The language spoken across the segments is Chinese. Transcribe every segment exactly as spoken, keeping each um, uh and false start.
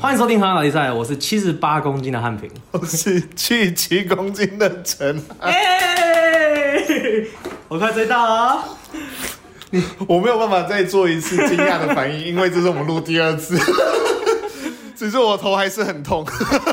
欢迎收听《河马比赛》，我是七十八公斤的汉平， 我是七十七公斤的陈汉。 哎，我快追到了。 我没有办法再做一次惊讶的反应，因为这是我们录第二次，只是我头还是很痛。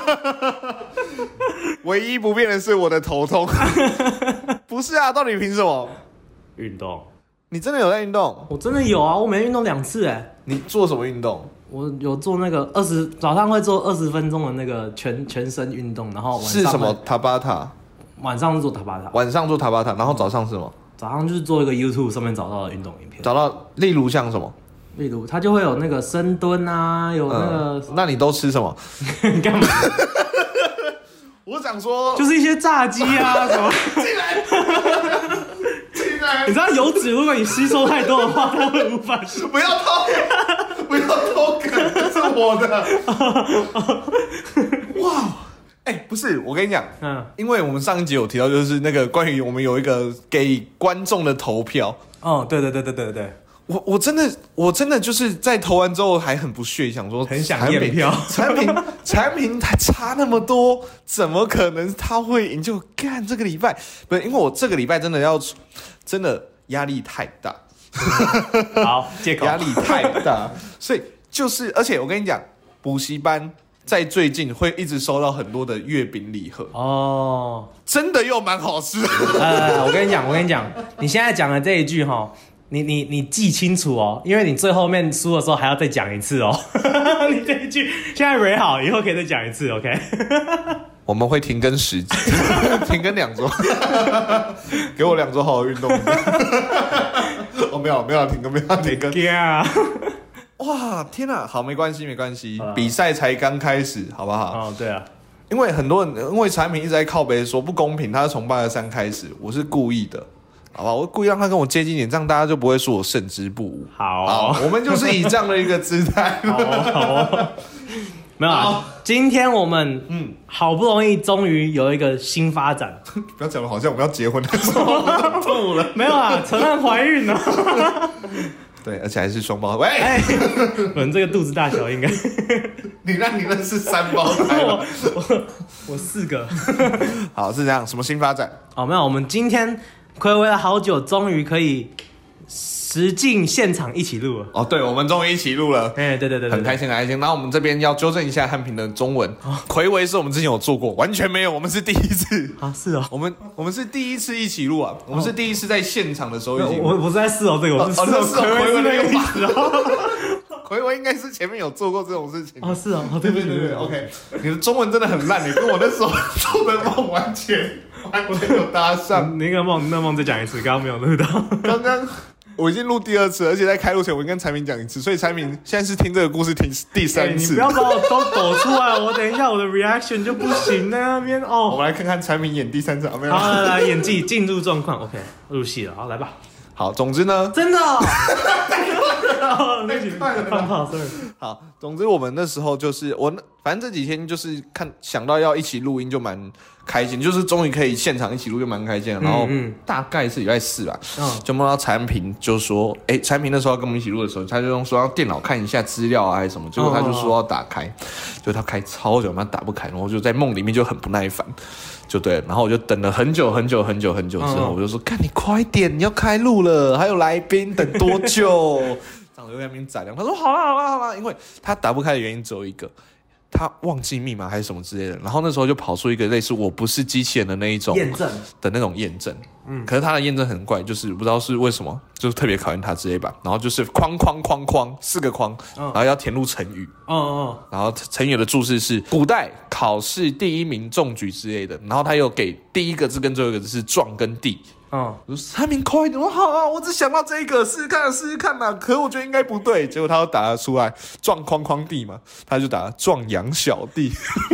唯一不变的是我的头痛。不是啊，到底凭什么？ 运动？ 你真的有在运动？ 我真的有啊，我每天运动两次哎。 你做什么运动？ 我有做那个二十早上会做二十分钟的那个全全身运动，然后晚上是什么塔巴塔？ 晚上是做塔巴塔， 晚上做塔巴塔，然后早上是什么？ 早上就是做一个 YouTube 上面找到的运动影片， 找到，例如像什么？ 例如它就会有那个深蹲啊，有那个， 嗯、那你都吃什么？ 你干嘛？ 我想说， 就是一些炸鸡啊什么。 进来，进来！ 你知道油脂，如果你吸收太多的话，它会无法吸。 不要偷，不要偷梗，这是我的。哇！哎、欸，不是，我跟你讲，嗯，因为我们上一集有提到，就是那个关于我们有一个给观众的投票。 哦，对对对对对对。 我我真的我真的就是在投完之后还很不屑，想说很想验票， 产品产品还差那么多，怎么可能他会赢？就干这个礼拜不是，因为我这个礼拜真的要真的压力太大。 好，借口压力太大，所以就是而且我跟你讲，补习班在最近会一直收到很多的月饼礼盒哦，真的又蛮好吃的。 呃，我跟你讲，我跟你讲，你现在讲的这一句哈。你你你记清楚哦，因为你最后面输的时候还要再讲一次哦。你这一句现在 re 好，以后可以再讲一次 ，OK？ 我们会停更十集，停更两周，给我两周好好运动。哦，没有没有停更，没有停更。哇，天哪！好，没关系没关系，比赛才刚开始，好不好？ 哦，对啊。 因为很多人因为产品一直在靠北说不公平，他是从八二三开始，我是故意的。好吧，我故意让他跟我接近一点，这样大家就不会说我胜之不武。 好、哦好，我们就是以这样的一个姿态。 好、哦，好、哦，没有啊。今天我们嗯，好不容易终于有一个新发展。 不要讲的好像我们要结婚的时候，我都吐了。 没有啊，陈汉怀孕了。 对，而且还是双胞。喂， 哎，我们这个肚子大小应该。 你让你认识三胞胎我我我四个。 好，是这样。什么新发展？ 哦，没有，我们今天。睽违了好久，终于可以实境现场一起录了。 哦，对，我们终于一起录了。 哎、欸，对对 对, 對， 很开心，很开心。然后我们这边要纠正一下汉平的中文，睽违是我们之前有做过，完全没有，我们是第一次啊，是哦， 我们我们是第一次一起录啊，我们是第一次在现场的时候一起录。 我我是在四楼这个，我是四楼睽违那个意思哦。 睽违应该是前面有做过这种事情哦，是哦，对对对对 ，OK， 你的中文真的很烂，你跟我那时候做的梦完全。完全有搭上。 你那个梦，那梦再讲一次，刚刚没有录到。 刚刚我已经录第二次，而且在开录前我跟产品讲一次，所以产品现在是听这个故事听第三次。 欸、你不要把我都抖出来，我等一下我的 reaction 就不行在那边哦。 我们来看看产品演第三次，好没有？ 好，来来演技进入状况 ，OK， 入戏了，好来吧。 好，总之呢， 真的、哦，那集放炮 ，sorry。 好，总之我们那时候就是我，反正这几天就是看想到要一起录音就蛮开心，就是终于可以现场一起录就蛮开心的。然后大概是礼拜四吧，嗯、就梦到产品就说，哎、欸，产品那时候要跟我们一起录的时候，他就用说要电脑看一下资料啊还是什么，结果他就说要打开，就他开超久，他打不开，然后就在梦里面就很不耐烦。就对，然后我就等了很久很久很久很久之后，嗯、我就说：“看你快点，你要开录了，还有来宾，等多久？”这样就在那边攒量。他说：“好了好了好了，因为他打不开的原因只有一个，他忘记密码还是什么之类的。然后那时候就跑出一个类似我不是机器人的那一种验证的那种验证。嗯，可是他的验证很怪，就是不知道是为什么，就是特别考验他之类吧。然后就是框框框框四个框，嗯、然后要填入成语。哦哦，然后成语的注释是古代考试第一名中举之类的。然后他又给第一个字跟最后一个字是壮跟地。嗯，我说三名快一点，我好啊，我只想到这一个，试试看，试试看呐、啊。可是我觉得应该不对，结果他又打得出来壮框框地嘛，他就打壮阳小弟。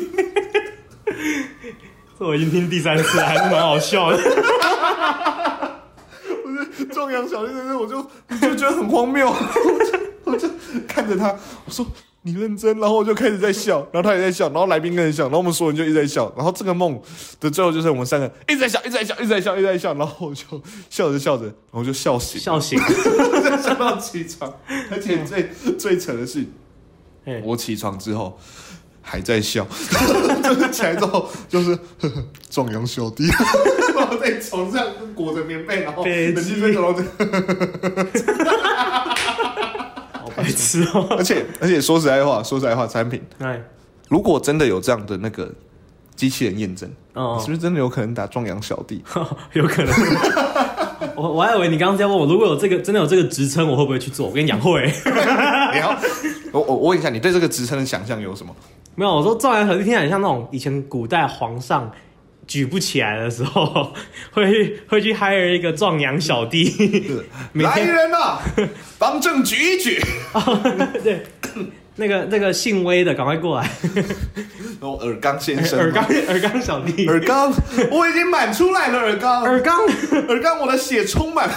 这我已经听第三次了，还是蛮好笑的。 不是壮阳小弟，但是我就就觉得很荒谬，我就我就看着他，我说。你认真，然后我就开始在笑，然后他也在笑，然后来宾跟着笑，然后我们所有人就一直在笑，然后这个梦的最后就是我们三个一直在笑，一直在笑，一直在笑，一直在笑，然后我就笑着笑着，然后就笑醒， 笑醒， 笑到起床，而且最最扯的是， 我起床之后还在笑，就是起来之后就是呵呵壮阳小弟，然后在床上裹着棉被，然后冷气吹走， 好白痴哦！ 而且而且说实在话，说实在话，产品， 哎， 如果真的有这样的那个机器人验证， 哦， 是不是真的有可能打壮阳小弟？ 有可能。我我还以为你刚刚在问我，如果有这个真的有这个职称，我会不会去做？我跟你讲会。 你要我我问一下，你对这个职称的想象有什么？ 没有，我说壮阳小弟听起来像那种以前古代皇上举不起来的时候，会去会去 hire 一个壮阳小弟。 来人啊，帮正举一举。 哦，对。那个那个姓威的，赶快过来！ 然后尔刚先生， 尔刚尔刚小弟， 尔刚，我已经满出来了，尔刚， 尔刚， 尔刚，我的血充满。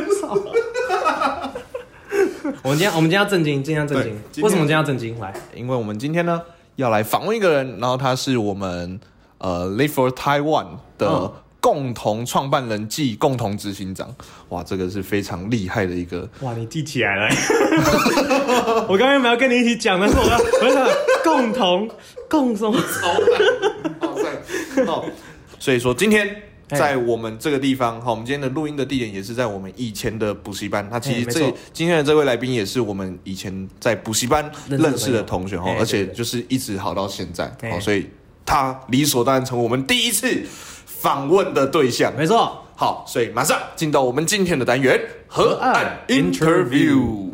我们今天我们今天要正经，今天要正经。为什么今天要正经？来， 因为我们今天呢要来访问一个人，然后他是我们呃 Live for Taiwan 的。嗯共同创办人暨共同执行长，哇，这个是非常厉害的一个。 哇，你记起来了！我刚刚没有跟你一起讲，但是我要，我想共同共什么？ 超赞！好，所以说今天在我们这个地方，好，我们今天的录音的地点也是在我们以前的补习班。他其实这今天的这位来宾也是我们以前在补习班认识的同学哈，而且就是一直好到现在，好，所以他理所当然成为我们第一次访问的对象， 没错。 好，所以马上进到我们今天的单元——河岸 Interview。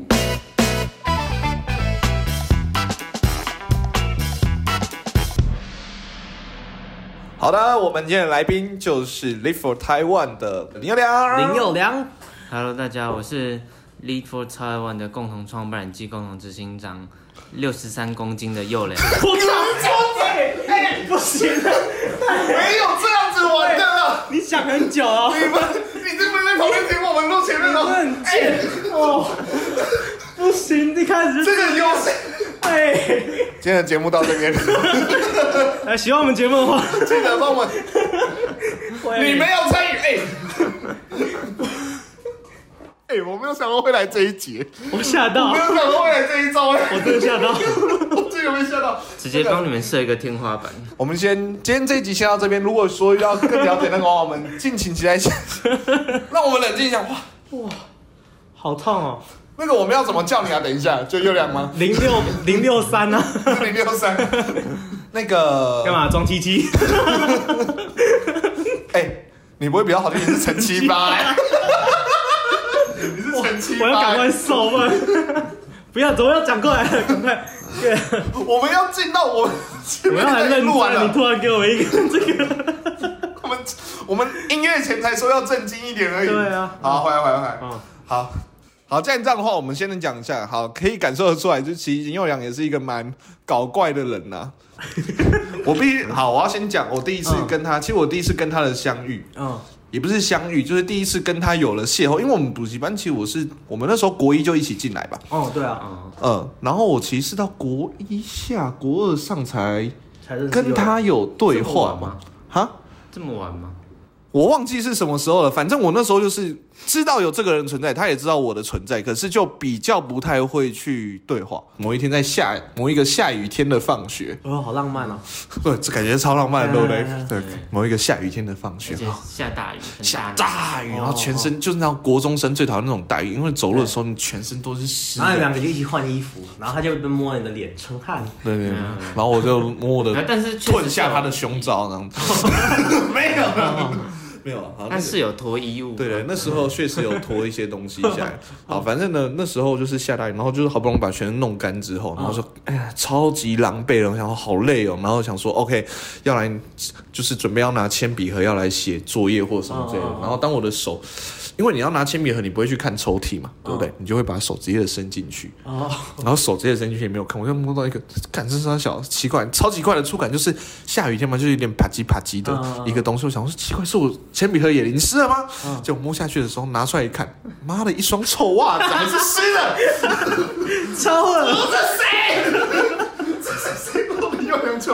好的，我们今天的来宾就是 Live for Taiwan 的林佑良。 林佑良 ，Hello， 大家好，我是 Live for Taiwan 的共同创办人及共同执行长，六十三公斤的佑良。 我靠！哎，不行了， 没有这样子玩的了。 你想很久哦。 你们，你这边在旁边听我们录前面的， 很贱哦。不行，一开始就这个优势。 哎， 今天的节目到这边。 哎，喜欢我们节目的话， 记得帮我们。你没有参与，哎。哎、欸，我没有想到会来这一节， 我吓到， 我没有想到会来这一招，哎， 我真的吓到， 我真的没吓到， 直接帮你们设一个天花板。 我们先今天这一集先到这边，如果说要更了解那个话，我们敬请期待一下。让我们冷静一下，哇哇，好痛哦！ 那个我们要怎么叫你啊？等一下，就优良吗？ 零六零六三啊， 零六三，那个干嘛装七七？ 哎、欸，你不会比较好听，你是陈七八、欸。你是陈七八， 我要赶快收嘛！不要，怎么要讲过来了？赶快！ 我们要进到我， 我要来认真。你突然给我一个这个， 我们我们音乐前才说要正经一点而已。 对啊， 好，回来，回来，回来。嗯，好，好，既然这样的话，我们先能讲一下。好，可以感受得出来，就其实林佑良也是一个蛮搞怪的人呐、啊。我必须好，我要先讲，我第一次跟他，嗯、其实我第一次跟他的相遇，嗯。也不是相遇，就是第一次跟他有了邂逅，因为我们补习班其实我是我们那时候国一就一起进来吧。 哦，对啊， 嗯，然后我其实到国一下、国二上才跟他有对话嘛。哈， 这么晚吗？ 我忘记是什么时候了，反正我那时候就是知道有这个人存在，他也知道我的存在，可是就比较不太会去对话。某一天在下某一个下雨天的放学， 哦，好浪漫哦！ 对，这感觉超浪漫的，对不对？对，某一个下雨天的放学， 下大雨， 下大雨，然后全身就是那种国中生最讨厌那种大雨，因为走路的时候你全身都是湿。 然后两个就一起换衣服，然后他就摸你的脸撑汗。 对对对，然后我就摸我的， 但是吞下他的胸罩，这样子。没有。没有啊， 他是有脱衣物。 对对，那时候确实有脱一些东西下来。好，反正呢，那时候就是下大雨，然后就是好不容易把全身弄干之后，然后说，哎呀，超级狼狈了，我想说好累哦，然后想说 ，OK， 要来就是准备要拿铅笔盒要来写作业或什么之类的。然后当我的手，因为你要拿铅笔盒，你不会去看抽屉嘛，对不对？你就会把手直接的伸进去。哦。然后手直接伸进去也没有看，我就摸到一个，感这是小奇怪、超级怪的触感，就是下雨天嘛，就是有点啪叽啪叽的一个东西。我想说奇怪，是我铅笔盒也淋湿了吗？就摸下去的时候拿出来一看，妈的，一双臭袜子还是湿的， 超恶！ 这是谁？这是谁？我们又两球，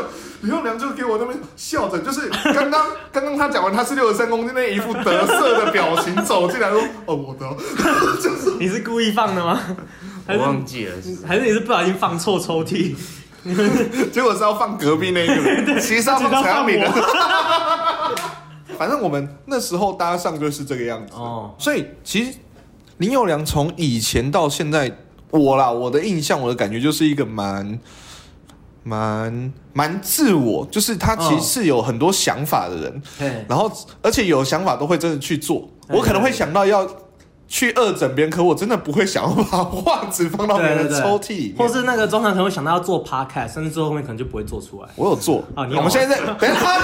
李幼良就给我那边笑着，就是刚刚刚刚他讲完他是六十三公斤那一副得瑟的表情走进来说，哦我的， 就是你是故意放的吗？ 我忘记了， 还是你是不小心放错抽屉？ 结果是要放隔壁那个人，其实是要放陈阳明的。反正我们那时候搭上就是这个样子，哦，所以其实林友良从以前到现在，我啦，我的印象，我的感觉就是一个蛮蛮蛮自我，就是他其实是有很多想法的人，嗯，然后而且有想法都会真的去做。我可能会想到要去恶整别人，可我真的不会想要把袜子放到别人的抽屉里面， 或是那个中常可能会想到要做 podcast， 甚至最后面可能就不会做出来。 我有做， 啊，你我们现在在等一下。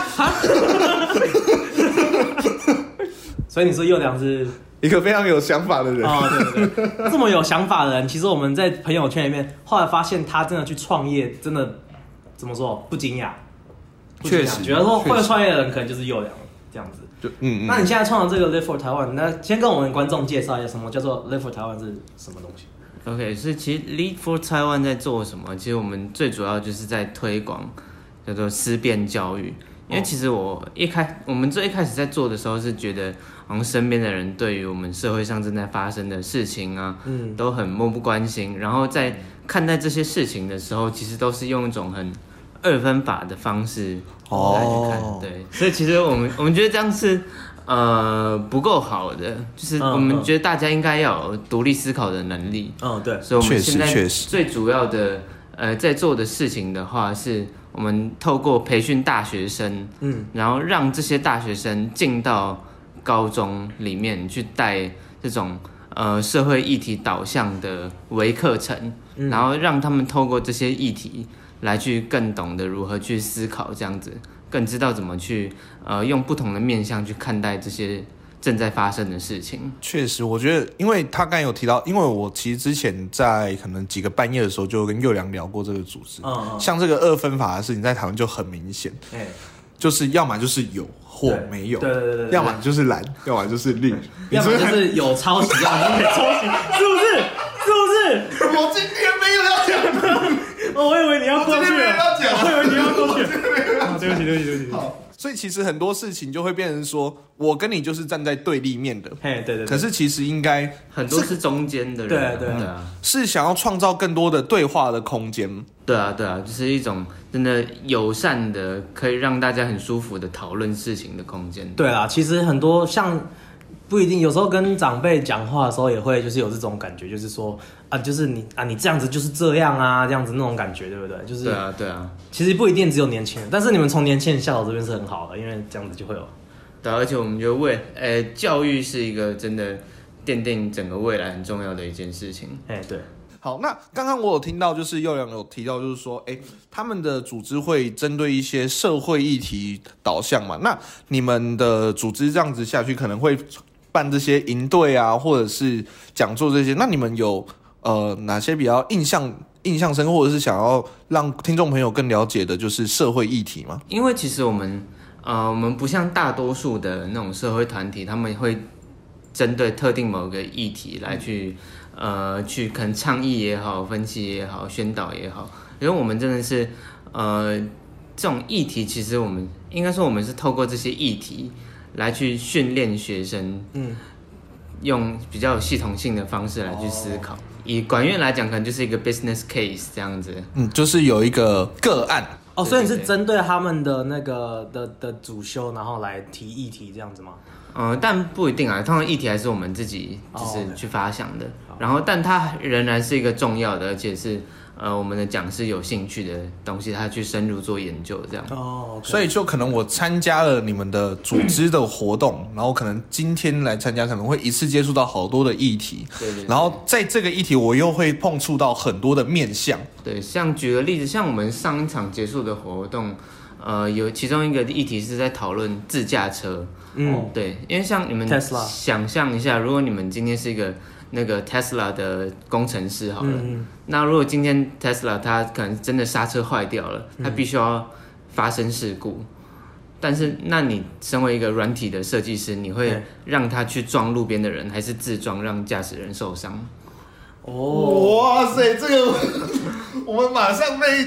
所以你说幼良是一个非常有想法的人哦，对对对，这么有想法的人，其实我们在朋友圈里面，后来发现他真的去创业，真的怎么说不惊讶， 确实， 觉得说会创业的人可能就是幼良这样子。 就嗯嗯。 那你现在创的这个 Live for Taiwan， 那先跟我们观众介绍一下什么叫做 Live for Taiwan 是什么东西 ？OK， 所以其实 Lead for Taiwan 在做什么？其实我们最主要就是在推广叫做思辨教育。因为其实我一开，我们最一开始在做的时候是觉得，好像身边的人对于我们社会上正在发生的事情啊，嗯，都很漠不关心。然后在看待这些事情的时候，其实都是用一种很二分法的方式来去看，哦、对。所以其实我们我们觉得这样是呃不够好的，就是我们觉得大家应该要有独立思考的能力。 嗯，对。 所以我们现在最主要的呃在做的事情的话是。我们透过培训大学生，嗯，然后让这些大学生进到高中里面去带这种呃社会议题导向的微课程，嗯，然后让他们透过这些议题来去更懂得如何去思考，这样子更知道怎么去呃用不同的面向去看待这些正在发生的事情。 确实，我觉得，因为他刚才有提到，因为我其实之前在可能几个半夜的时候就跟幼良聊过这个组织，嗯嗯，像这个二分法的事情，在台湾就很明显，欸，就是要么就是有或没有， 对对对对， 要么就是蓝，要么就是绿， 要么就是有抄袭，要么没抄袭，是不是？是不是？ 我今天没有要讲的， 哦，我以为你要过去了， 我今天没有要讲， 我以为你要过去，对不起，对不起，对不起。 好。所以其实很多事情就会变成说，我跟你就是站在对立面的， 嘿，对 对, 对。 可是其实应该很多是中间的人， 对对对啊， 是想要创造更多的对话的空间。 对啊对啊，就是一种真的友善的，可以让大家很舒服的讨论事情的空间。 对啊，其实很多像。不一定，有时候跟长辈讲话的时候也会就是有这种感觉，就是说啊，就是你啊，你这样子就是这样啊，这样子那种感觉，对不对？就是对啊，对啊。 其实不一定只有年轻人，但是你们从年轻人下手这边是很好的，因为这样子就会有。 对啊，而且我们觉得未呃教育是一个真的奠定整个未来很重要的一件事情。 哎，对。 好，那刚刚我有听到，就是幼良有提到，就是说，哎，他们的组织会针对一些社会议题导向嘛？那你们的组织这样子下去，可能会办这些营队啊，或者是讲座这些，那你们有呃哪些比较印象印象深刻，或者是想要让听众朋友更了解的，就是社会议题吗？ 因为其实我们呃我们不像大多数的那种社会团体，他们会针对特定某个议题来去、嗯、呃去可能倡议也好、分析也好、宣导也好，因为我们真的是呃这种议题，其实我们应该说我们是透过这些议题。来去训练学生，嗯，用比较有系统性的方式来去思考。哦、以管院来讲，可能就是一个 business case 这样子， 嗯，就是有一个个案。 哦，所以你是针对他们的那个的的主修，然后来提议题这样子吗？ 嗯、呃，但不一定啊，通常议题还是我们自己就是去发想的。哦 okay. 然后，但它仍然是一个重要的，而且是。呃，我们的讲师有兴趣的东西，他去深入做研究，这样。 哦， okay. 所以就可能我参加了你们的组织的活动，然后可能今天来参加，可能会一次接触到好多的议题。 对 对, 对。 然后在这个议题，我又会碰触到很多的面向。 对，像举个例子，像我们上一场结束的活动，呃，有其中一个议题是在讨论自驾车。嗯，对，因为像你们想象一下，如果你们今天是一个。那个 Tesla 的工程师好了，嗯、那如果今天 Tesla 它可能真的刹车坏掉了，它必须要发生事故，嗯、但是那你身为一个软体的设计师，你会让他去撞路边的人，还是自撞让驾驶人受伤？ 哦，哇塞，这个我们马上被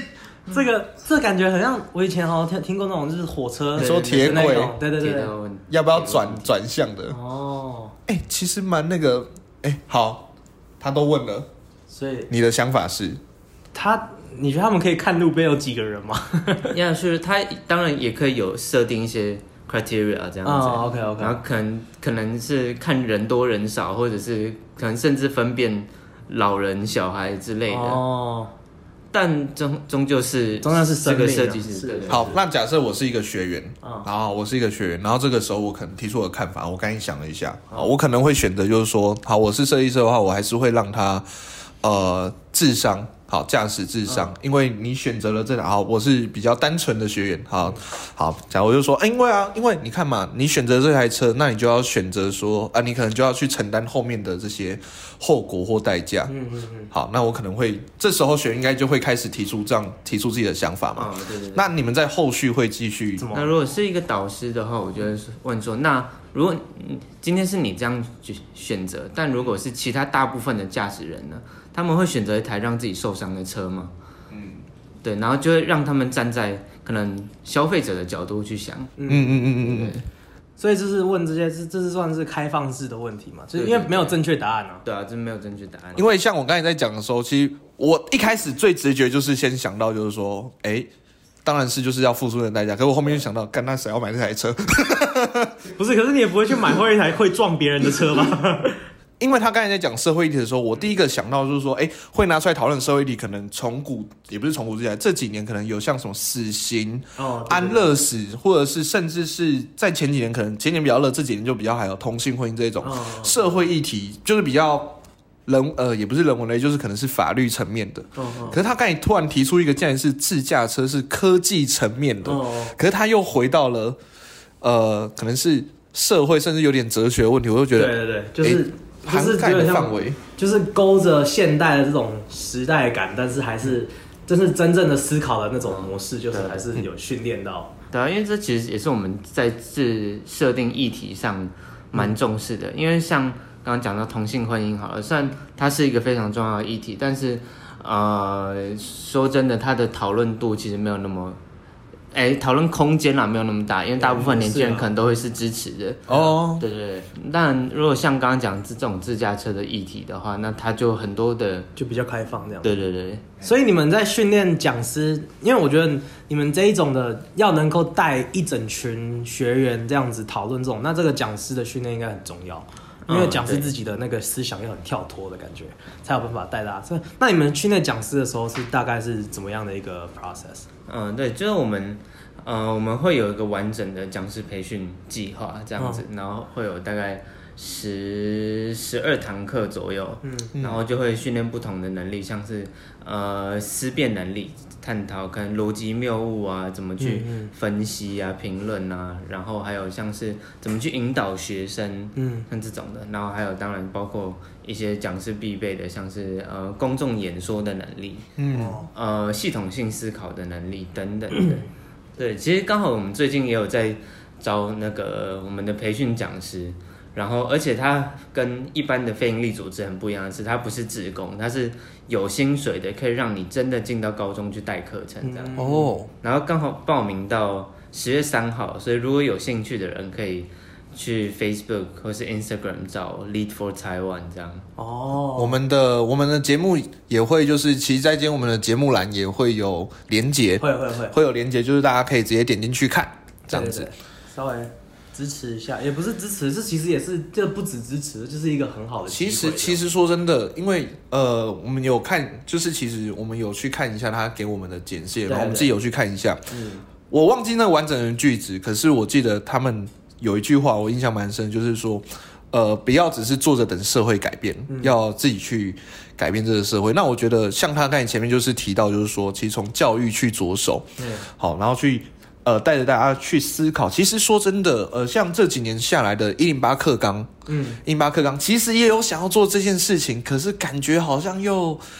这个这感觉很像我以前好像听听过那种就是火车， 你说铁轨， 对对对对， 要不要转转向的？ 哦， 哎、欸，其实蛮那个，哎、欸，好，他都问了， 所以你的想法是， 他你觉得他们可以看路边有几个人吗？ 呀，是他当然也可以有设定一些 criteria 这样子、 哦、，OK OK， 然后可能可能是看人多人少，或者是可能甚至分辨老人小孩之类的。哦。但终终究是终究是这个设计师。 好，那假设我是一个学员，嗯、然后我是一个学员，然后这个时候我可能提出我的看法，我刚才想了一下，嗯、我可能会选择就是说，好，我是设计师的话，我还是会让他呃智商。好，驾驶智商、嗯，因为你选择了这好，我是比较单纯的学员，好，好，假如我就说，欸、因为啊，因为你看嘛，你选择这台车，那你就要选择说，啊，你可能就要去承担后面的这些后果或代价，嗯嗯嗯，好，那我可能会这时候学员应该就会开始提出这样提出自己的想法嘛， 嗯，对对对， 那你们在后续会继续？ 那如果是一个导师的话，我就会问说，那如果今天是你这样选择，但如果是其他大部分的驾驶人呢？他们会选择一台让自己受伤的车吗？嗯，对，然后就会让他们站在可能消费者的角度去想。嗯嗯嗯嗯嗯。所以就是问这些，这这是算是开放式的问题嘛？就是因为没有正确答案啊。 对啊，这没有正确答案。 因为像我刚才在讲的时候，其实我一开始最直觉就是先想到就是说，哎、欸，当然是就是要付出的代价。可是我后面就想到，干那谁要买这台车？ 不是，可是你也不会去买会一台会撞别人的车吧？ 因为他刚才在讲社会议题的时候，我第一个想到就是说，哎，会拿出来讨论社会议题，可能从古也不是从古之来，这几年可能有像什么死刑、哦、安乐死，或者是甚至是在前几年，可能前年比较热，这几年就比较还有同性婚姻这种、哦、社会议题，就是比较人呃也不是人文类，就是可能是法律层面的。哦哦、可是他刚才突然提出一个，竟然是自驾车是科技层面的，哦、可是他又回到了呃可能是社会甚至有点哲学的问题，我就觉得对对对，就是。就是有点像，就是勾着现代的这种时代感，但是还是就是真正的思考的那种模式，就是还是有训练到。 对啊，因为这其实也是我们在这设定议题上蛮重视的。因为像刚刚讲到同性婚姻好了，虽然它是一个非常重要的议题，但是呃，说真的，它的讨论度其实没有那么。哎，讨论空间啦没有那么大，因为大部分年轻人可能都会是支持的。哦，对对对。但如果像刚刚讲这种自驾车的议题的话，那它就很多的就比较开放这样。 对对对。 所以你们在训练讲师，因为我觉得你们这一种的要能够带一整群学员这样子讨论这种，那这个讲师的训练应该很重要。因为讲师自己的那个思想又很跳脱的感觉，才有办法带大家。那你们训练讲师的时候是大概是怎么样的一个 process？ 嗯，对，就是我们呃我们会有一个完整的讲师培训计划这样子，嗯、然后会有大概十十二堂课左右，嗯，然后就会训练不同的能力，像是呃思辨能力。探讨可能逻辑谬误啊，怎么去分析啊、评论啊，然后还有像是怎么去引导学生，嗯，像这种的，然后还有当然包括一些讲师必备的，像是呃公众演说的能力，嗯，呃系统性思考的能力等等的。对，其实刚好我们最近也有在招那个我们的培训讲师。然后，而且它跟一般的非营利组织很不一样的是，它不是志工，它是有薪水的，可以让你真的进到高中去带课程这样。哦。然后刚好报名到十月三号，所以如果有兴趣的人可以去 Facebook 或是 Instagram 找 Lead for Taiwan 这样。 哦。我们的我们的节目也会就是，其实在今天我们的节目栏也会有连结， 会会会会有连结，就是大家可以直接点进去看这样子。 对对对，稍微。支持一下，也不是支持，这其实也是，这不止支持，就是一个很好的机会。 其实，其实说真的，因为呃，我们有看，就是其实我们有去看一下他给我们的简介，然后我们自己有去看一下。嗯，我忘记那个完整的句子，可是我记得他们有一句话我印象蛮深，就是说，呃，不要只是坐着等社会改变，嗯、要自己去改变这个社会。那我觉得，像他刚才前面就是提到，就是说，其实从教育去着手，嗯，好，然后去。呃，带着大家去思考。其实说真的，呃，像这几年下来的一零八课纲，嗯，一零八课纲其实也有想要做这件事情，可是感觉好像又，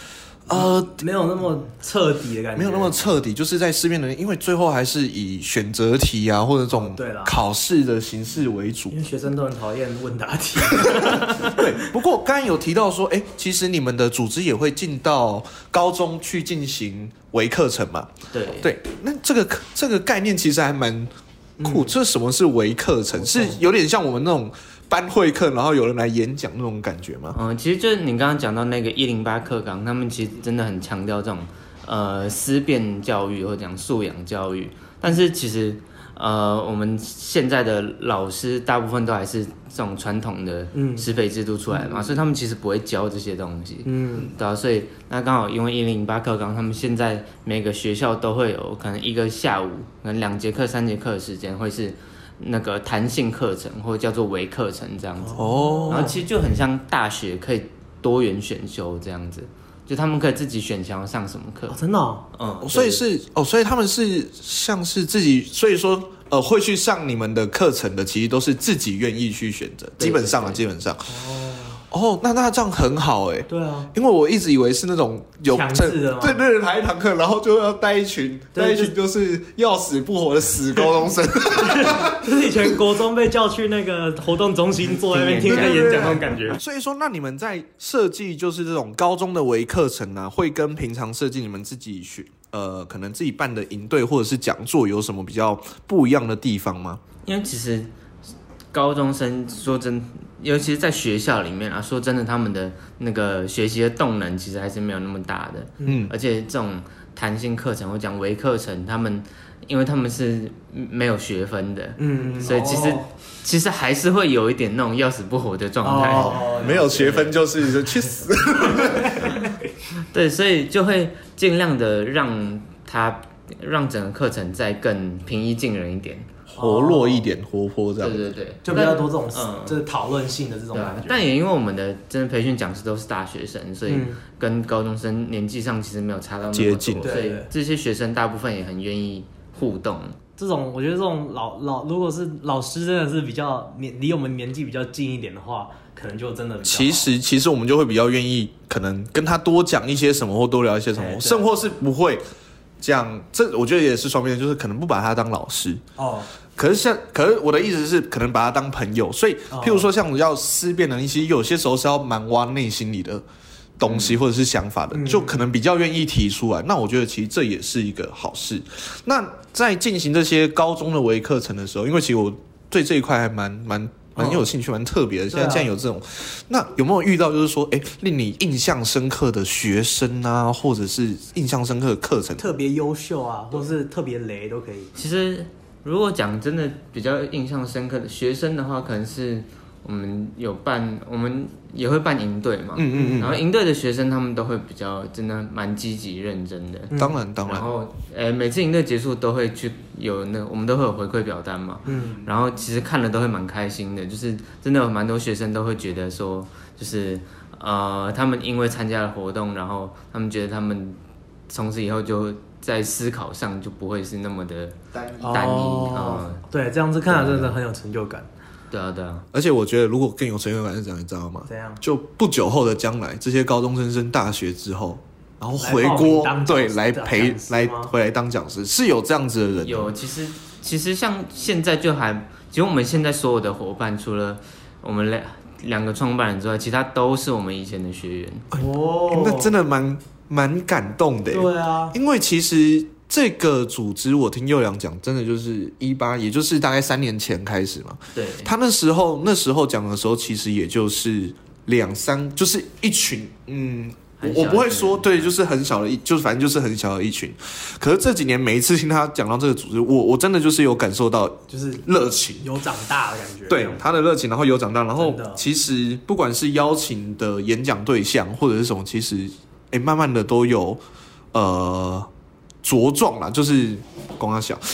呃，没有那么彻底的感觉， 没有那么彻底，就是在思辨能力，因为最后还是以选择题啊或者这种考试的形式为主， 因为学生都很讨厌问答题。 对，不过刚才有提到说，哎，其实你们的组织也会进到高中去进行微课程嘛？ 对对，那这个这个概念其实还蛮酷。嗯、这什么是微课程？是有点像我们那种班会课，然后有人来演讲那种感觉吗？ 嗯，其实就是你刚刚讲到那个一零八课纲，他们其实真的很强调这种呃思辨教育或者讲素养教育，但是其实呃我们现在的老师大部分都还是这种传统的师培制度出来的嘛，嗯、所以他们其实不会教这些东西。嗯，对啊，所以那刚好因为一零八课纲，他们现在每个学校都会有可能一个下午，可能两节课、三节课的时间会是那个弹性课程或者叫做微课程这样子，哦，然后其实就很像大学可以多元选修这样子，就他们可以自己选想要上什么课， 哦，真的，哦， 嗯，所以是哦，所以他们是像是自己，所以说呃会去上你们的课程的，其实都是自己愿意去选择，基本上啊，基本上，哦。哦，那那这样很好哎。 对啊， 因为我一直以为是那种有强制的吗？ 对对，来一堂课，然后就要带一群，带一群就是要死不活的死高中生。 就是以前国中被叫去那个活动中心坐在那边听人演讲那种感觉。 所以说，那你们在设计就是这种高中的微课程啊，会跟平常设计你们自己学呃可能自己办的营队或者是讲座有什么比较不一样的地方吗？ 因为其实高中生说真，尤其是在学校里面啊，说真的，他们的那个学习的动能其实还是没有那么大的。嗯，而且这种弹性课程或讲微课程，他们因为他们是没有学分的，嗯，所以其实、哦、其实还是会有一点那种要死不活的状态。 哦，没有学分就是就去死。 对，所以就会尽量的让他让整个课程再更平易近人一点。 活络一点，活泼这样。 对对对， 就比较多这种嗯，就是讨论性的这种感觉。 但也因为我们的真的培训讲师都是大学生，所以跟高中生年纪上其实没有差到那么多， 接近， 所以这些学生大部分也很愿意互动。 这种我觉得这种老老，如果是老师真的是比较年离我们年纪比较近一点的话，可能就真的比较好。 其实其实我们就会比较愿意，可能跟他多讲一些什么，或多聊一些什么，甚或是不会这样。这我觉得也是双面，就是可能不把他当老师哦。可是像，可是我的意思是，可能把他当朋友，所以，譬如说像要思辨能力，其实有些时候是要蛮挖内心里的东西或者是想法的，嗯、就可能比较愿意提出来。那我觉得其实这也是一个好事。那在进行这些高中的微课程的时候，因为其实我对这一块还蛮蛮蛮有兴趣，蛮特别的。现在既然有这种，那有没有遇到就是说，哎，令你印象深刻的学生啊，或者是印象深刻的课程， 特别优秀啊，或是特别雷都可以。 其实。如果讲真的比较印象深刻的学生的话，可能是我们有办，我们也会办营队嘛，嗯嗯嗯，然后营队的学生他们都会比较真的蛮积极认真的， 当然当然， 然后呃每次营队结束都会去有那我们都会有回馈表单嘛，嗯，然后其实看了都会蛮开心的，就是真的有蛮多学生都会觉得说，就是呃他们因为参加了活动，然后他们觉得他们从此以后就在思考上就不会是那么的单一，单一、 哦嗯、对，这样子看来真的很有成就感。 对啊，对啊。 而且我觉得，如果更有成就感是怎样，你知道吗？ 怎样？ 就不久后的将来，这些高中生升大学之后，然后回国，对，来陪来回来当讲师，是有这样子的人。 有，其实其实像现在就还，其实我们现在所有的伙伴，除了我们两两个创办人之外，其他都是我们以前的学员。 哦，那真的蛮。蛮感动的， 对啊， 因为其实这个组织我听佑良讲，真的就是一八，也就是大概三年前开始嘛。 对， 他那时候那时候讲的时候，其实也就是两三，就是一群，嗯，我不会说对，就是很小的一，就是反正就是很小的一群。可是这几年每一次听他讲到这个组织，我我真的就是有感受到，就是热情， 有长大的感觉。 对他的热情，然后有长大，然后其实不管是邀请的演讲对象或者是什么，其实。哎，慢慢的都有呃茁壮啦，就是光他小。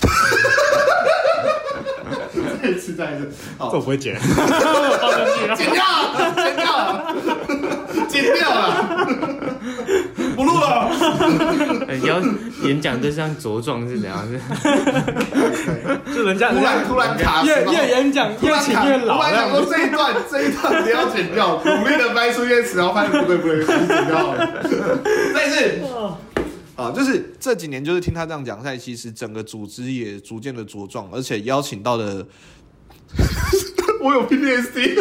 再一次，再一次， 这我不会剪，放进去了， 剪掉了，剪掉了，剪掉了，不录了。 哎， 要演讲对象茁壮是怎样？是就人家突然突然卡， 越越演讲越请越老。 我想说这一段这一段不要剪掉，努力的掰出一些词，然后发现不对不对，剪掉了。再一次。啊，就是这几年，就是听他这样讲赛，其实整个组织也逐渐的茁壮，而且邀请到的，我有 P T S D，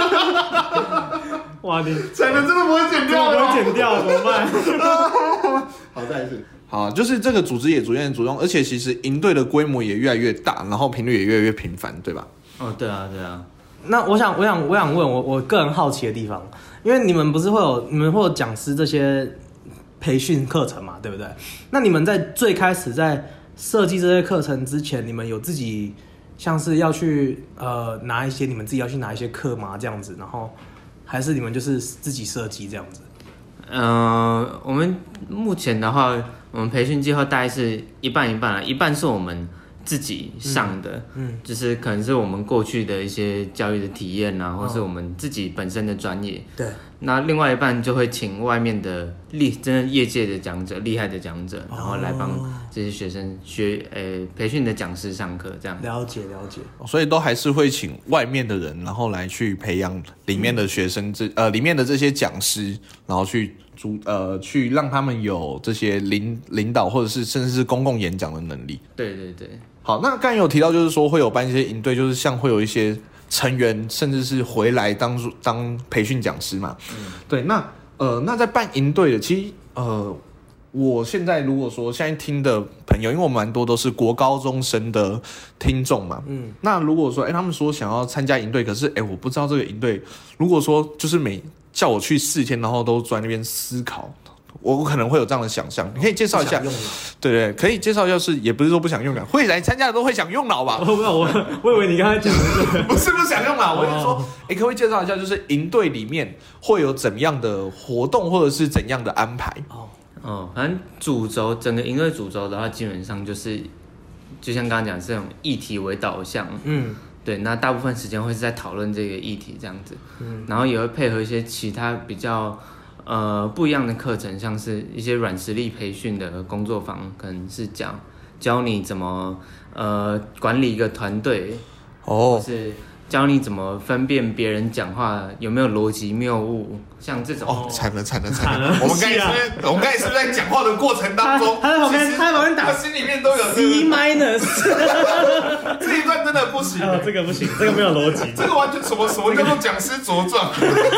哇，你讲的真的不会剪掉， 不会剪掉，怎么办？ 好，再一次，好，就是这个组织也逐渐的茁壮，而且其实营队的规模也越来越大，然后频率也越来越频繁，对吧？ 哦，对啊，对啊。 那我想，我想，我想问我我个人好奇的地方，因为你们不是会有你们会有讲师这些培训课程嘛，对不对？那你们在最开始在设计这些课程之前，你们有自己像是要去呃拿一些你们自己要去拿一些课吗？这样子，然后还是你们就是自己设计这样子？ 呃，我们目前的话，我们培训计划大概是一半一半啦，一半是我们自己上的，嗯，嗯就是可能是我们过去的一些教育的体验啊，或是我们自己本身的专业， 对。 那另外一半就会请外面的厉真的业界的讲者、厉害的讲者，然后来帮这些学生学呃培训的讲师上课，这样了解了解。 所以都还是会请外面的人，然后来去培养里面的学生，这呃里面的这些讲师，然后去主呃去让他们有这些领领导或者是甚至是公共演讲的能力。 对对对。 好，那刚才有提到就是说会有办一些营队，就是像会有一些成员甚至是回来当当培训讲师嘛，嗯，对，那呃，那在办营队的，其实呃，我现在如果说现在听的朋友，因为我们蛮多都是国高中生的听众嘛，嗯，那如果说哎、欸，他们说想要参加营队，可是哎、欸，我不知道这个营队，如果说就是每叫我去四天，然后都坐在那边思考。我可能会有这样的想象，你可以介绍一下，对对，可以介绍一下，是也不是说不想用脑，会来参加的都会想用脑吧？ 我我我以为你刚才讲的是不是不想用脑，我是说，哎、欸，可不可以介绍一下，就是营队里面会有怎么样的活动，或者是怎样的安排？ 哦哦，反正主轴整个营队主轴的话，基本上就是就像刚刚讲，是这种议题为导向，嗯，对，那大部分时间会是在讨论这个议题这样子，嗯，然后也会配合一些其他比较。呃，不一样的课程，像是一些软实力培训的工作坊，可能是讲教你怎么呃管理一个团队，哦，或是教你怎么分辨别人讲话有没有逻辑谬误，像这种。 哦，惨了惨了惨了！我们刚才是，我们刚才是不是在讲话的过程当中， 他在旁边，他在旁边打， 他心里面都有 C minus， 这一段真的不行， 哦，这个不行，这个没有逻辑， 这个完全什么什么叫做讲师茁壮？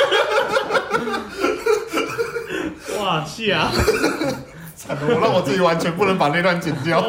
哇，是啊！ 惨了，我让我自己完全不能把那段剪掉。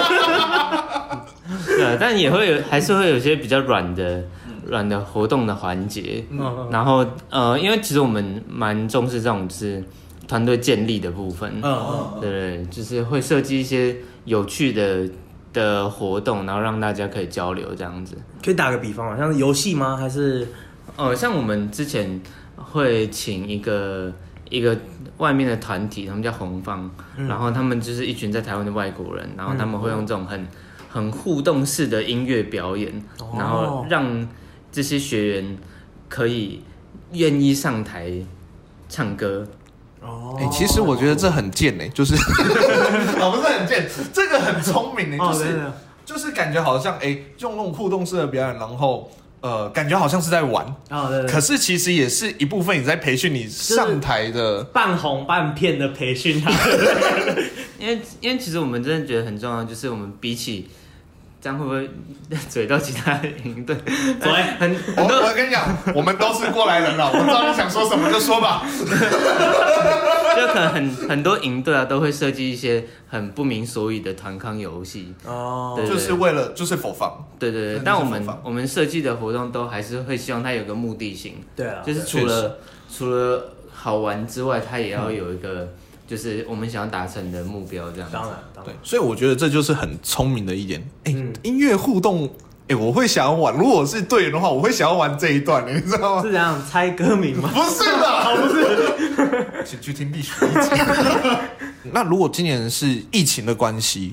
对，但也会有，还是会有一些比较软的、软的活动的环节。嗯，然后呃，因为其实我们蛮重视这种就是团队建立的部分。嗯嗯，对对，就是会设计一些有趣的的活动，然后让大家可以交流这样子。 可以打个比方啊，像是游戏吗？还是呃，像我们之前会请一个。一个外面的团体，他们叫红方、嗯，然后他们就是一群在台湾的外国人，然后他们会用这种很很互动式的音乐表演，哦、然后让这些学员可以愿意上台唱歌。 哦，哎、欸，其实我觉得这很贱哎、欸，就是哦，不是很贱，这个很聪明哎、欸，就是、哦、就是感觉好像哎、欸，用那种互动式的表演，然后。呃，感觉好像是在玩，哦、对对，可是其实也是一部分你在培训你上台的半红半片的培训啊。 因为因为其实我们真的觉得很重要，就是我们比起这样会不会嘴到其他营队？ 嘴很很多我我跟你讲，我们都是过来人了，我知道你想说什么就说吧。 就可能很很多营队啊，都会设计一些很不明所以的团康游戏哦，对对对，就是为了就是for fun。 对对对，但我们我们设计的活动都还是会希望它有个目的性。 对啊， 就是除了除了好玩之外，它也要有一个。嗯就是我们想要达成的目标，这样子。 当然，当然。 对，所以我觉得这就是很聪明的一点。哎、欸嗯，音乐互动，哎、欸，我会想要玩。如果我是队员的话，我会想要玩这一段，你知道吗？ 是这样猜歌名吗？ 不是的， 不是。 请去听第十一集。那如果今年是疫情的关系，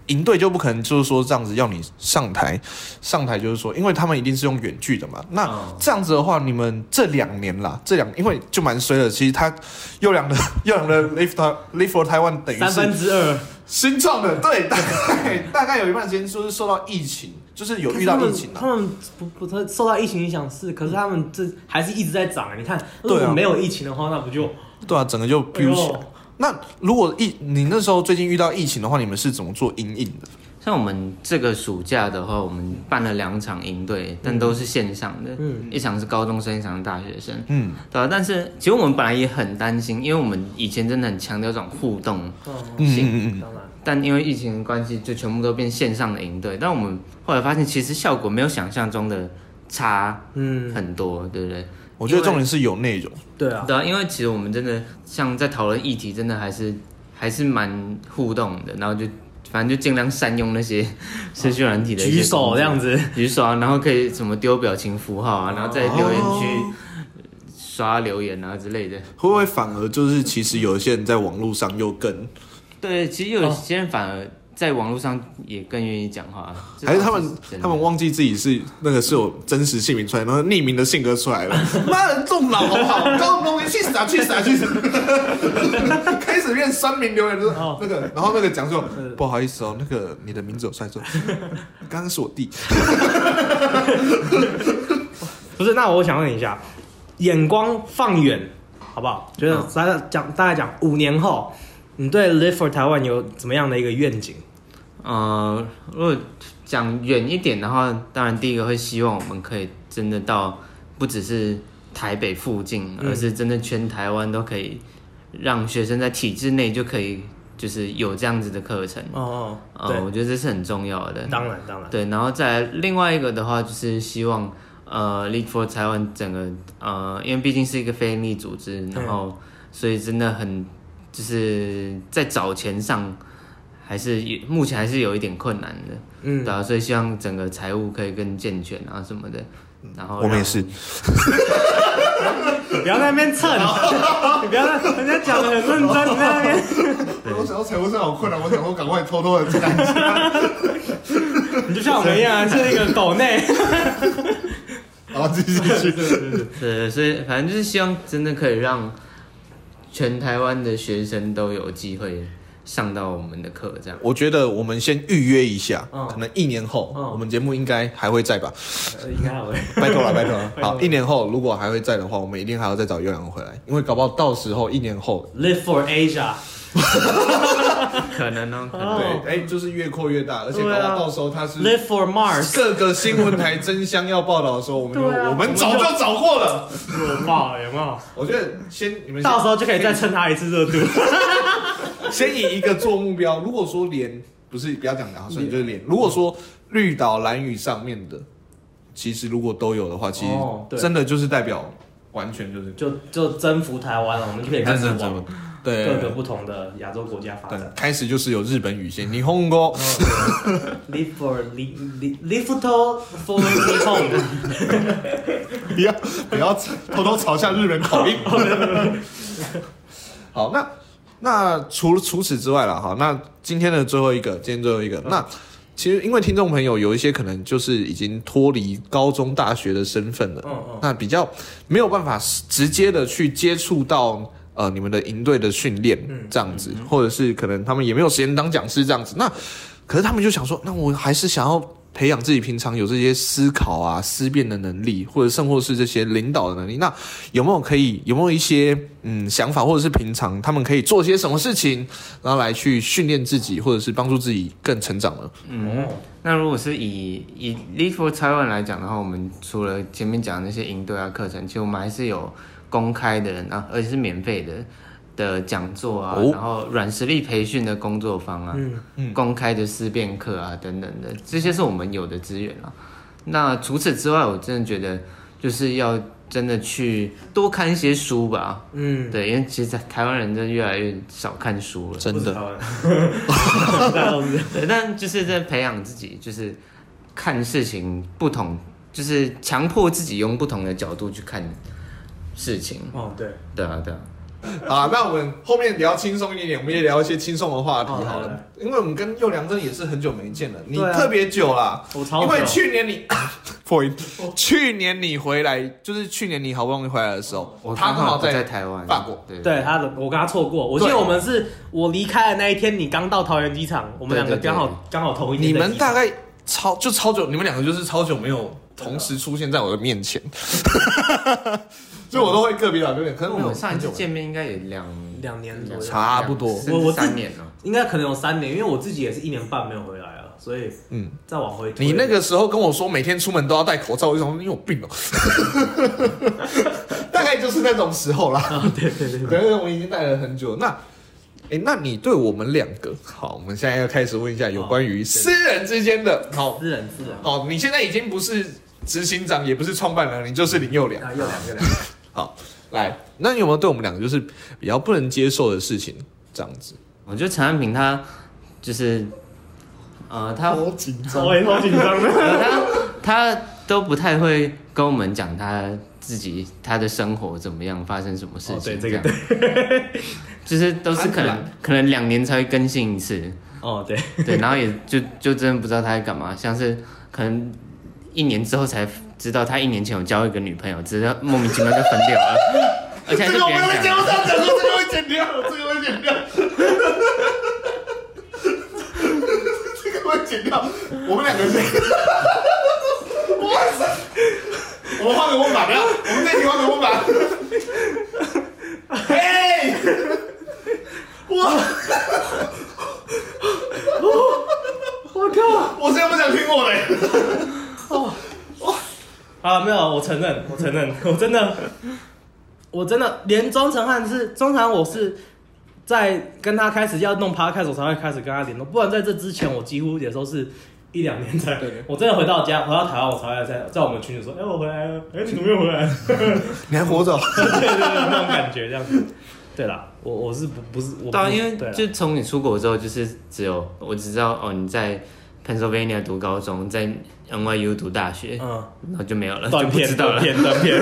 营队就不可能就是说这样子要你上台，上台就是说，因为他们一定是用远距的嘛。那这样子的话，你们这两年啦，这两因为就蛮衰的，其实他优良的优良的 Live Live for Taiwan 等于是三分之二新创的，对，大概大概有一半时间就是受到疫情，就是有遇到疫情、啊、 他们，他们不不受到疫情影响是，可是他们这还是一直在涨。你看，如果没有疫情的话，那不就对啊，整个就飙起来。那如果疫你那时候最近遇到疫情的话，你们是怎么做因应的？ 像我们这个暑假的话，我们办了两场营队，但都是线上的，嗯，一场是高中生，一场是大学生，嗯，对啊。但是其实我们本来也很担心，因为我们以前真的很强调这种互动性，嗯嗯嗯，但因为疫情的关系，就全部都变线上的营队。但我们后来发现，其实效果没有想象中的差，嗯，很多，对不对？ 我觉得重点是有内容， 对啊， 对啊，因为其实我们真的像在讨论议题，真的还是还是蛮互动的，然后就反正就尽量善用那些社群软体的一些举手这样子， 举手啊，然后可以什么丢表情符号啊，然后在留言区刷留言啊之类的。 会不会反而就是其实有一些人在网络上又更对，其实有些人反而在网络上也更愿意讲话， 还是他们他们忘记自己是那个是有真实姓名出来，然后匿名的性格出来了。妈人动脑好不好？高中同学去死啊去死啊去死！开始变酸民留言就是那个，然后那个讲说不好意思哦，那个你的名字有帅错，刚刚是我弟。 不是，那我想问一下，眼光放远好不好？觉得大概讲大概讲五年后，你对 Live for Taiwan 有怎么样的一个愿景？ 呃，如果讲远一点的话，当然第一个会希望我们可以真的到不只是台北附近，嗯、而是真的全台湾都可以让学生在体制内就可以就是有这样子的课程。哦哦，呃，我觉得这是很重要的。 当然当然。 对，然后再来另外一个的话，就是希望呃 Lead for Taiwan 整个呃，因为毕竟是一个非营利组织，然后所以真的很就是在找钱上。还是目前还是有一点困难的，嗯，对啊，所以希望整个财务可以更健全啊什么的，然后我们也是， 你不要在那边蹭，你不要在人家讲的很认真，你在那边， 我想到财务上好困难，我想说赶快偷偷的进来一下， 你就像我们一样是那个抖内， 好，继续继续， 对，所以反正就是希望真的可以让全台湾的学生都有机会。上到我们的课，这样。 我觉得我们先预约一下，嗯、可能一年后、嗯、我们节目应该还会在吧？ 呃、应该还会。 拜托了，拜托了。好，一年后如果还会在的话，我们一定还要再找优良回来，因为搞不好到时候一年后 ，Live for Asia 可能哦，可能对，哎、欸，就是越扩越大，而且搞不好到时候他是 Live for Mars， 各个新闻台争相要报道的时候，我们就、啊、我们早就找过了， 有报有没有？ 我觉得先你们先到时候就可以再蹭他一次热度。 先以一个做目标，如果说连不是不要讲的，所以就是连，如果说绿岛、兰屿上面的，其实如果都有的话，其实真的就是代表完全就是就就征服台湾了，我们就可以开始往对各个不同的亚洲国家发展。 开始就是有日本语先，日本語 ，live for live live for for 日本， 不要不要偷偷嘲笑日本口音。好，那。那除了除此之外啦，好，那今天的最后一个，今天最后一个，嗯、那其实因为听众朋友有一些可能就是已经脱离高中、大学的身份了，嗯嗯，那比较没有办法直接的去接触到呃你们的营队的训练这样子，嗯嗯嗯、或者是可能他们也没有时间当讲师这样子，那可是他们就想说，那我还是想要培养自己平常有这些思考啊、思辨的能力，或者甚或是这些领导的能力。那有没有可以有没有一些嗯想法，或者是平常他们可以做些什么事情，然后来去训练自己，或者是帮助自己更成长呢？ 嗯，那如果是以以 Live for Taiwan 来讲的话，我们除了前面讲的那些营队啊课程，其实我们还是有公开的，然后而且是免费的。的讲座啊，哦、然后软实力培训的工作坊啊，嗯嗯、公开的思辨课啊等等的，这些是我们有的资源啊。那除此之外，我真的觉得就是要真的去多看一些书吧。嗯，对，因为其实台湾人真的越来越少看书了， 真的。 对，但就是在培养自己，就是看事情不同，就是强迫自己用不同的角度去看事情。 哦，对， 对啊，对啊。 好，那我们后面聊轻松一点，我们也聊一些轻松的话题好了。哦、因为我们跟佑良真的也是很久没见了，你特别久啦， 我超久。 因为去年你，去年你回来，就是去年你好不容易回来的时候， 我他刚好在在台湾， 法国。 对，对他的，我跟他错过。我记得我们是我离开的那一天，你刚到桃园机场，我们两个刚好刚好同一天。 你们大概超就超久，你们两个就是超久没有同时出现在我的面前。所以我都会个别打个别，可能我们上一次见面应该也两两年左右， 差不多。 我我三年了， 应该可能有三年，因为我自己也是一年半没有回来了，所以嗯，再往回推。 你那个时候跟我说每天出门都要戴口罩，我就想说你有病哦。大概就是那种时候啦。 哦、对对对对，我已经戴了很久。那，哎，那你对我们两个，好，我们现在要开始问一下有关于私人之间的，好， 私人私人。 好，你现在已经不是执行长，也不是创办人，你就是林佑良。 啊，佑良，佑良。 好，来，那你有没有对我们两个就是比较不能接受的事情？这样子， 我觉得陈安平他就是，呃，他好紧张， 我也超紧张的。 他他都不太会跟我们讲他自己他的生活怎么样，发生什么事情。哦、 对，这个对， 就是都是可能可能两年才会更新一次。 哦，对对，然后也就就真的不知道他在干嘛，像是可能一年之后才知道他一年前有交一个女朋友，只是莫名其妙就分掉了，而且还是别人讲。 这个我们在节目上讲过，这个会剪掉，这个会剪掉，这个会剪掉。我们两个是，哇塞！我们换个问法，不要，我们这题换个问法。嘿，哇！ 我靠！ 我现在不想听我的。 哦，哇！啊，没有，我承认，我承认，我真的，我真的连庄成汉是庄成汉，我是在跟他开始要弄 podcast 我才会开始跟他联络，不然在这之前我几乎也都是一两年才。对，我真的回到家，回到台湾，我才会在在我们群里说，哎、欸，我回来了，哎、欸，你怎么又回来了？ 你还活着？ 对对对，那种感觉这样子。对啦，我我是不不是我不是。 当然，因为就从你出国之后，就是只有我只知道哦，你在 Pennsylvania 读高中，在 N Y U 读大学，嗯，然后就没有了， 断片，断片，断片。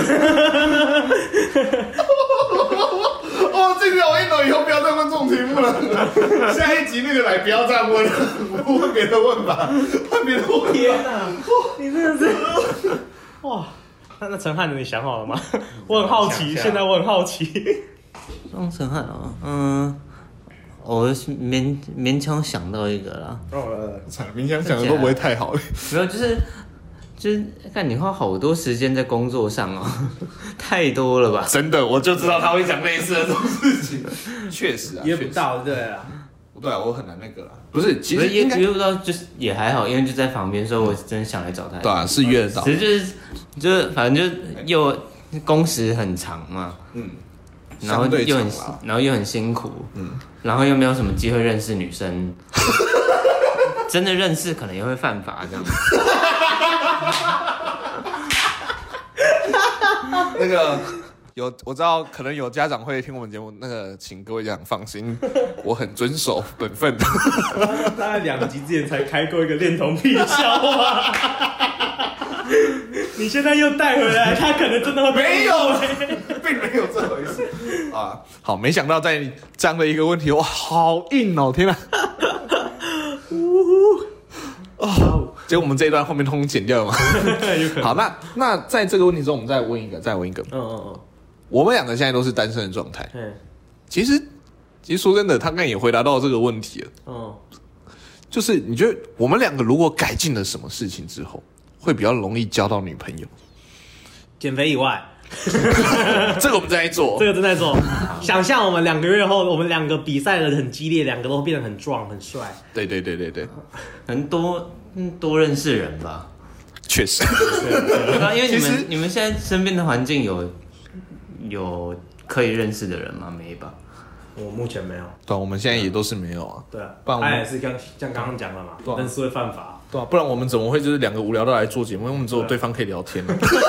哦，这个我一懂，以后不要再问这种题目了。下一集那个来不要这样问，我问别的问法，问别的问。 天哪，你真的是哇！那那陈汉，你想好了吗？我很好奇，现在我很好奇。 庄成汉啊，嗯，我勉勉强想到一个啦。 哦，勉强想的都不会太好了。 没有，就是就是看你花好多时间在工作上哦，太多了吧？ 真的，我就知道他会讲类似的这种事情。确实啊， 约不到，对啊。 对啊，我很难那个啦。不是，其实也约不到，就是也还好，因为就在旁边，所以我真的想来找他。 对啊，是约得到。 只是就是就是反正就又工时很长嘛，嗯。然后又很，然后又很辛苦，嗯，然后又没有什么机会认识女生，真的认识可能也会犯法这样。 那个有我知道，可能有家长会听我们节目，那个请各位家长放心，我很遵守本分的。 大概两集之前才开过一个恋童癖笑话。你现在又带回来，他可能真的会没有，并没有这回事啊！好，没想到在这样的一个问题，哇，好硬哦！天哪！哦，结果我们这一段后面通通剪掉了吗？好，那那在这个问题中，我们再问一个，再问一个。嗯嗯嗯。我们两个现在都是单身的状态。嗯。其实，其实说真的，他刚才也回答到这个问题了。嗯。就是你觉得我们两个如果改进了什么事情之后？会比较容易交到女朋友， 减肥以外， 这个我们正在做， 这个正在做。想象我们两个月后，我们两个比赛的很激烈，两个都变得很壮很帅。 对对对对对， 很多多认识人吧， 确实。 因为你们你们现在身边的环境有有可以认识的人吗？没吧？ 我目前没有。 对、啊，我们现在也都是没有啊。 对啊，不然我们他也是像像刚刚讲的嘛，对、啊，认识会犯法。 对啊，不然我们怎么会就是两个无聊的来做节目？因为我们只有对方可以聊天。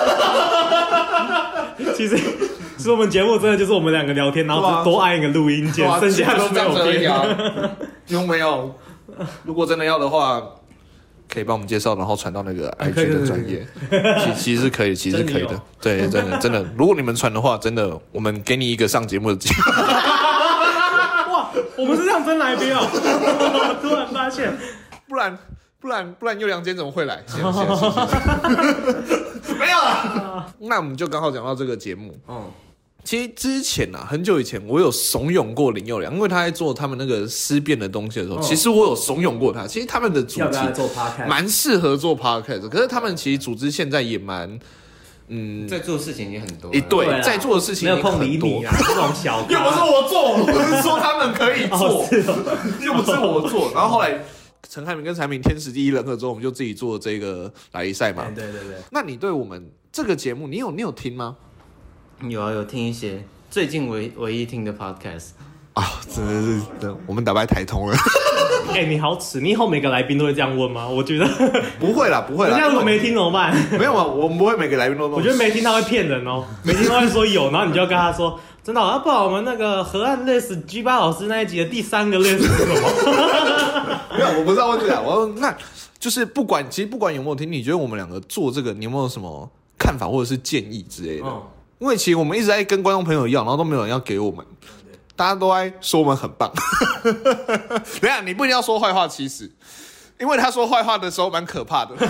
其实，其实我们节目真的就是我们两个聊天，然后多按一个录音键，啊、剩下都没有变。 有没有？如果真的要的话， 可以帮我们介绍，然后传到那个 I G 的专页，其其实是可以，其实是可以的，对，真的真的，如果你们传的话，真的，我们给你一个上节目的机会。 哇，我们是这样分来宾哦，突然发现， 不然不然不然，优良今天怎么会来？谢谢谢谢。没有了，那我们就刚好讲到这个节目，嗯。其实之前啊，很久以前，我有怂恿过林宥良，因为他在做他们那个思辨的东西的时候，哦、其实我有怂恿过他。其实他们的主题蛮适合做 podcast， 可是他们其实组织现在也蛮，嗯， 在做的事情也很多。 哎，对，对在做的事情也很多。 没有空理你啊，这种小又不是我做，我不是说他们可以做，哦哦、又不是我做。然后后来陈汉明跟产品天时地利人和之后，我们就自己做这个来一赛嘛。 对对对。 那你对我们这个节目，你有你有听吗？ 有啊，有听一些最近唯唯一听的 podcast 啊，真的是，我们打败台通了。 哎、欸，你好耻！你以后每个来宾都会这样问吗？我觉得不会啦，不会啦。 人家如果没听怎么办？ 没有啊，我们不会每个来宾都。 我觉得没听他会骗人哦，没听他会说有，然后你就要跟他说，真的、哦，啊，不然我们那个河岸 list G 八老师那一集的第三个 list 是什么？ 没有，我不是要问这样，我要问那就是不管，其实不管有没有听，你觉得我们两个做这个，你有没有什么看法或者是建议之类的？嗯因为其实我们一直在跟观众朋友要，然后都没有人要给我们，大家都在说我们很棒。等一下，你不一定要说坏话，其实，因为他说坏话的时候蛮可怕的。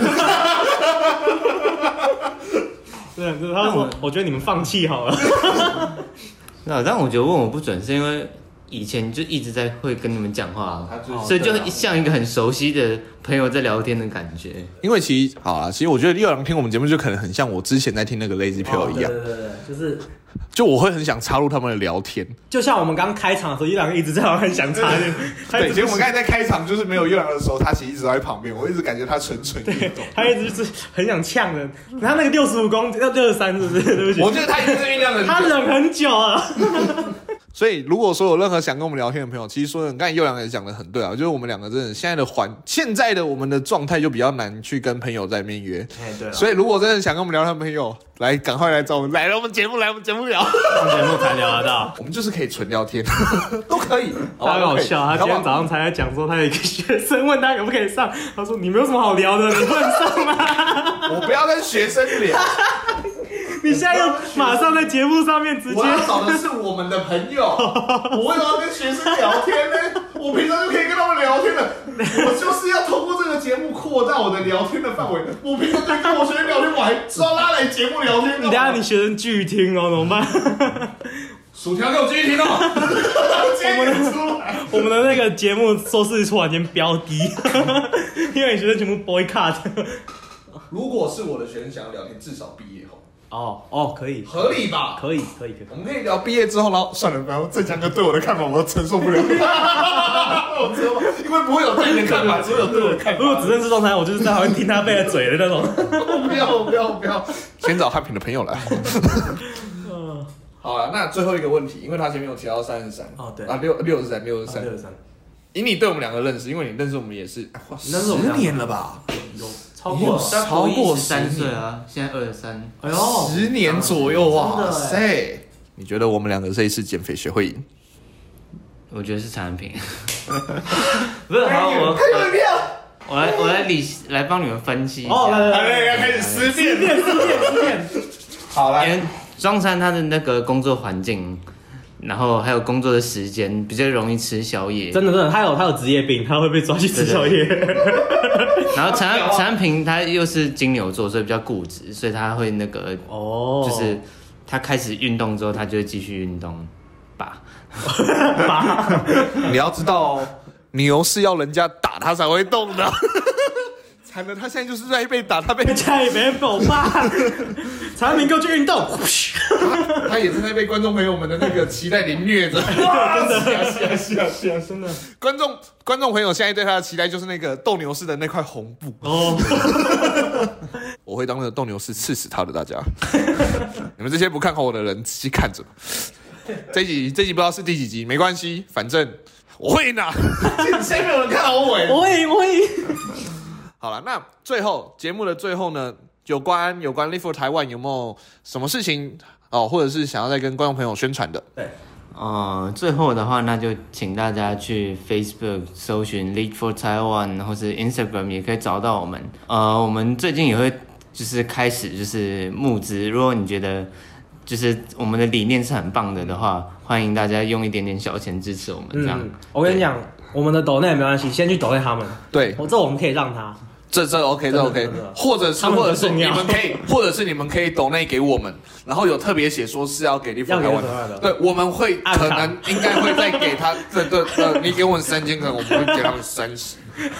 对，就是他说，我觉得你们放弃好了。 那但我觉得问我不准，是因为以前就一直在会跟你们讲话，哦、所以就像一个很熟悉的朋友在聊天的感觉。因为其实好啊，其实我觉得宥良听我们节目就可能很像我之前在听那个 Lazy Pill 一样， 哦、对对对，就是就我会很想插入他们的聊天， 就像我们刚开场的时候，宥良一直在很想插入。 对，其实我们刚才在开场就是没有宥良的时候，他其实一直在旁边，我一直感觉他蠢蠢欲动， 他一直就是很想呛人。他那个六十五公要六十三是不是？对不起， 我觉得他一直是酝酿很久， 他忍很久了。 所以，如果说有任何想跟我们聊天的朋友，其实说的，刚才宥良也讲的很对啊，就是我们两个真的现在的环，现在的我们的状态就比较难去跟朋友在面约。哎，对。所以，如果真的想跟我们聊天的朋友，来赶快来找我们，来我们节目，来我们节目聊， 上节目才聊得到。 我们就是可以纯聊天，都可以。 他很好笑，他今天早上才在讲说，他有一个学生问他可不可以上，他说你没有什么好聊的，你不能上吗？ 我不要跟学生聊。 你现在又马上在节目上面直接，我要找的是我们的朋友，我为什么要跟学生聊天呢？我平常就可以跟他们聊天了，我就是要通过这个节目扩大我的聊天的范围。我平常在跟我学生聊天，我还抓拉来节目聊天。 你等下你学生拒听哦，怎么办？ 薯条给我继续听哦。 我们的我们的那个节目收视突然间飙低，因为你学生全部 boycott。 如果是我的学生想要聊天，至少毕业后。 哦哦，可以， 合理吧？ 可以，可以，可以。 我们可以聊毕业之后，然后算了，不要再讲个对我的看法，我承受不了。我知道，因为不会有对你的看法，只有对我的看法。 如果只认识状态，我就是在旁边听他背的嘴的那种。 不要，不要，不要！先找汉平的朋友来。好了，那最后一个问题，因为他前面有提到三十三， 哦对， 啊六六十三，六十三， 六十三。 以你对我们两个认识，因为你认识我们也是，哇，十年了吧？ 有。超过超过三岁啊，现在二十三， 哎呦， 十年左右，哇塞！你觉得我们两个这一次减肥谁会赢？ 我觉得是产品。不是，好，我我来我来理来帮你们分析一下。 哦，来来来来，开始思辨， 思辨，思辨，思辨。 好来， 因为庄山他的那个工作环境。然后还有工作的时间比较容易吃宵夜， 真的真的，他有他有职业病，他会被抓去吃宵夜。 对对对然后陈陈平他又是金牛座，所以比较固执，所以他会那个哦，就是他开始运动之后，他就会继续运动吧。 吧， 你要知道，牛是要人家打他才会动的。惨了，他现在就是在被打，他被家里没狗爸，陈平给我去运动。 他, 他也正在被观众朋友们的那个期待凌虐着，真的，是啊是啊是啊是啊，真的。观众观众朋友现在对他的期待就是那个斗牛士的那块红布哦，我会当那个斗牛士刺死他的，大家。你们这些不看好我的人，仔细看着。这一集这一集不知道是第几集，没关系，反正我会赢啊！现在没有人看好我， 我会赢，我会赢。 好了，那最后节目的最后呢，有关有关 Live for Taiwan 有没有什么事情哦，或者是想要再跟观众朋友宣传的？ 对， 呃，最后的话，那就请大家去 Facebook 搜寻 Lead for Taiwan， 或是 Instagram 也可以找到我们。呃，我们最近也会就是开始就是募资，如果你觉得就是我们的理念是很棒的的话，欢迎大家用一点点小钱支持我们。这样，嗯、 我跟你讲，我们的抖内没关系，先去抖内他们。 对， 我这我们可以让他。 这这 OK 这 OK， 或者是或者是你们可以，或者是你们可以抖内给我们，然后有特别写说是要给Lead for Taiwan的，对，我们会可能应该会再给他，对对对，你给我们三千，可能我们会给他们三十，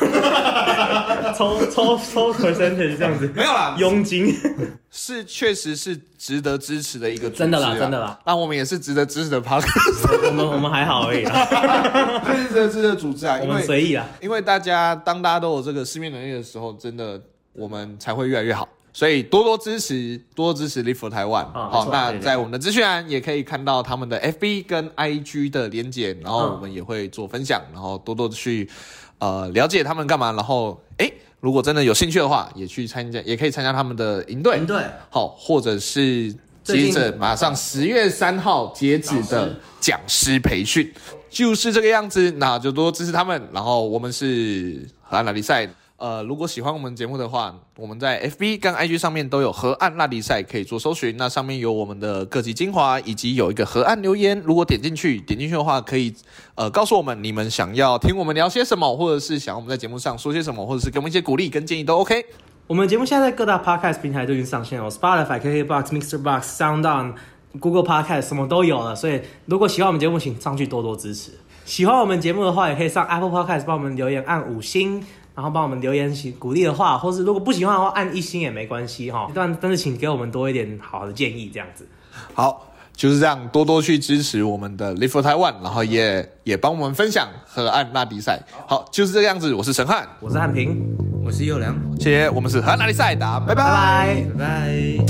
抽抽抽 percentage 这样子， 没有啦， 佣金是确实是值得支持的一个组织， 真的啦真的啦， 那我们也是值得支持的 podcast， 我们我们还好而已啦， 确实值得支持的组织啊， 我们随意啦， 因为大家当大家都有这个识别能力的时候，真的我们才会越来越好。所以多多支持，多多支持 Lead for Taiwan。好，那在我们的资讯栏也可以看到他们的 F B 跟 I G 的连结，然后我们也会做分享，然后多多去呃了解他们干嘛，然后哎，如果真的有兴趣的话，也去参加，也可以参加他们的营队。 营队好，或者是接着马上十月三号截止的讲师培训，就是这个样子。那就多多支持他们。然后我们是河岸拉力赛。呃，如果喜欢我们节目的话，我们在 F B 跟 I G 上面都有河岸拉力赛可以做搜寻，那上面有我们的各集精华，以及有一个河岸留言。如果点进去，点进去的话，可以呃告诉我们你们想要听我们聊些什么，或者是想要我们在节目上说些什么，或者是给我们一些鼓励跟建议都 OK。 我们节目现在在各大 Podcast 平台都已经上线了 ，Spotify、K K B O X、Mixer Box、SoundOn、Google Podcast 什么都有了。所以如果喜欢我们节目，请上去多多支持。喜欢我们节目的话，也可以上 Apple Podcast 帮我们留言按五星。然后帮我们留言鼓励的话，或是如果不喜欢的话，按一星也没关系哈。但但是请给我们多一点好的建议，这样子。 好，就是这样，多多去支持我们的 Lead for Taiwan， 然后也也帮我们分享河岸拉力赛。好，就是这个样子。我是陈汉， 我是汉平， 我是佑良， 谢谢。我们是河岸拉力赛，大家拜拜拜拜。